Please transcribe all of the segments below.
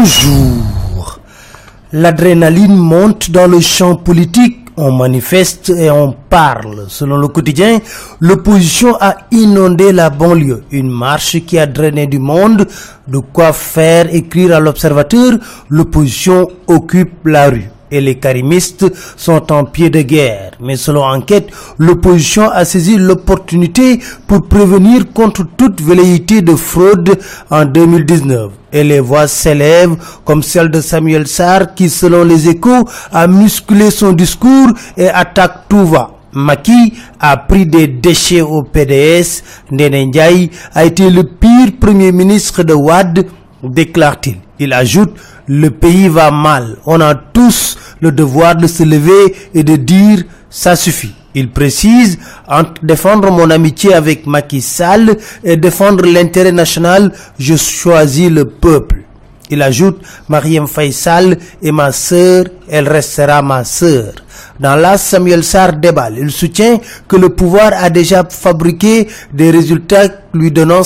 Bonjour. L'adrénaline monte dans le champ politique. On manifeste et on parle. Selon le quotidien, l'opposition a inondé la banlieue. Une marche qui a drainé du monde. De quoi faire écrire à l'observateur. L'opposition occupe la rue. Et les karimistes sont en pied de guerre. Mais selon enquête, l'opposition a saisi l'opportunité pour prévenir contre toute velléité de fraude en 2019. Et les voix s'élèvent comme celle de Samuel Sarr qui, selon les Échos, a musclé son discours et attaque tout va. Macky a pris des déchets au PDS. Ndéné Ndiaye a été le pire premier ministre de Wade, déclare-t-il. Il ajoute, le pays va mal. On a tous le devoir de se lever et de dire, ça suffit. Il précise, entre défendre mon amitié avec Macky Sall et défendre l'intérêt national, je choisis le peuple. Il ajoute, Marième Faye Sall est ma sœur, elle restera ma sœur. Dans l'As, Samuel Sarr déballe. Il soutient que le pouvoir a déjà fabriqué des résultats lui donnant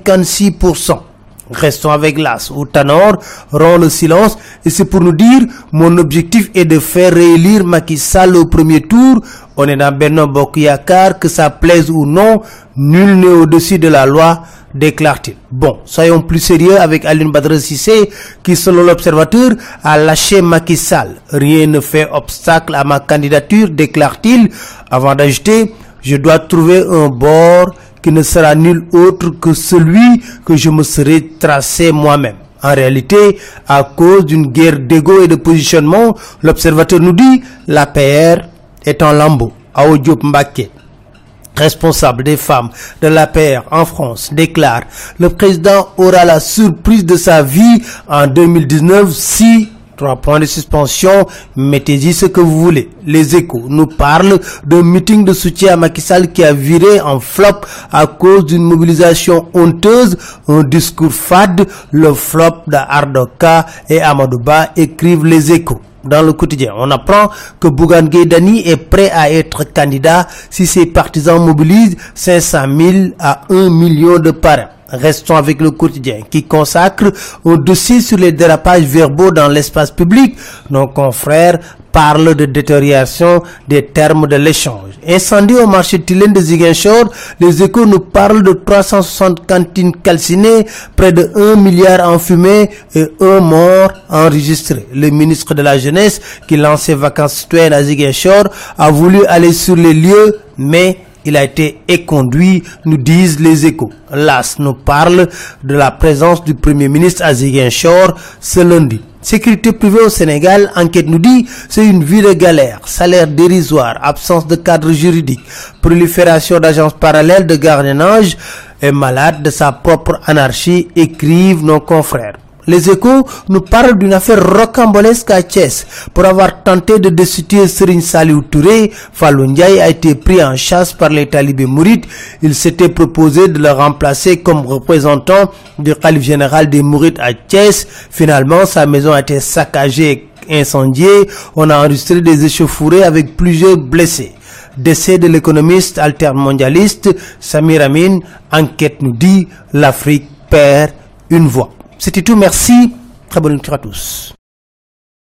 56%. Restons avec l'As, où Tanor rompt le silence et c'est pour nous dire mon objectif est de faire réélire Macky Sall au premier tour. On est dans Benno Bokk Yakaar, que ça plaise ou non, nul n'est au-dessus de la loi, déclare-t-il. Bon, soyons plus sérieux avec Alioune Badara Cissé qui, selon l'observateur, a lâché Macky Sall. Rien ne fait obstacle à ma candidature, déclare-t-il, avant d'ajouter, je dois trouver un bord qui ne sera nul autre que celui que je me serai tracé moi-même. En réalité, à cause d'une guerre d'ego et de positionnement, l'observateur nous dit l'APR est en lambeaux. Awa Diop Mbacké, responsable des femmes de l'APR en France, déclare le président aura la surprise de sa vie en 2019 si... 3 points de suspension, mettez-y ce que vous voulez. Les Échos nous parlent d'un meeting de soutien à Macky Sall qui a viré en flop à cause d'une mobilisation honteuse, un discours fade, le flop d'Ardoka et Amadou Ba, écrivent les Échos. Dans le quotidien, on apprend que Bougane Gueye Dany est prêt à être candidat si ses partisans mobilisent 500 000 à 1 million de parrains. Restons avec le quotidien qui consacre un dossier sur les dérapages verbaux dans l'espace public. Nos confrères parlent de détérioration des termes de l'échange. Incendie au marché Tilène de Ziguinchor, les Échos nous parlent de 360 cantines calcinées, près de 1 milliard en fumée et 1 mort enregistré. Le ministre de la Jeunesse, qui lançait vacances citoyennes à Ziguinchor, a voulu aller sur les lieux, mais il a été éconduit, nous disent les Échos. L'As nous parle de la présence du Premier ministre à Ziguinchor ce lundi. Sécurité privée au Sénégal, enquête nous dit, c'est une vie de galère, salaire dérisoire, absence de cadre juridique, prolifération d'agences parallèles de gardiennage et malade de sa propre anarchie, écrivent nos confrères. Les Échos nous parlent d'une affaire rocambolesque à Thiès. Pour avoir tenté de destituer Serigne Saliou Touré, Fallou Ndiaye a été pris en chasse par les talibés mourides. Il s'était proposé de le remplacer comme représentant du khalife général des mourides à Thiès. Finalement, sa maison a été saccagée et incendiée. On a enregistré des échauffourées avec plusieurs blessés. Décès de l'économiste altermondialiste Samir Amin. Enquête nous dit, l'Afrique perd une voix. C'était tout, merci, très bonne lecture à tous.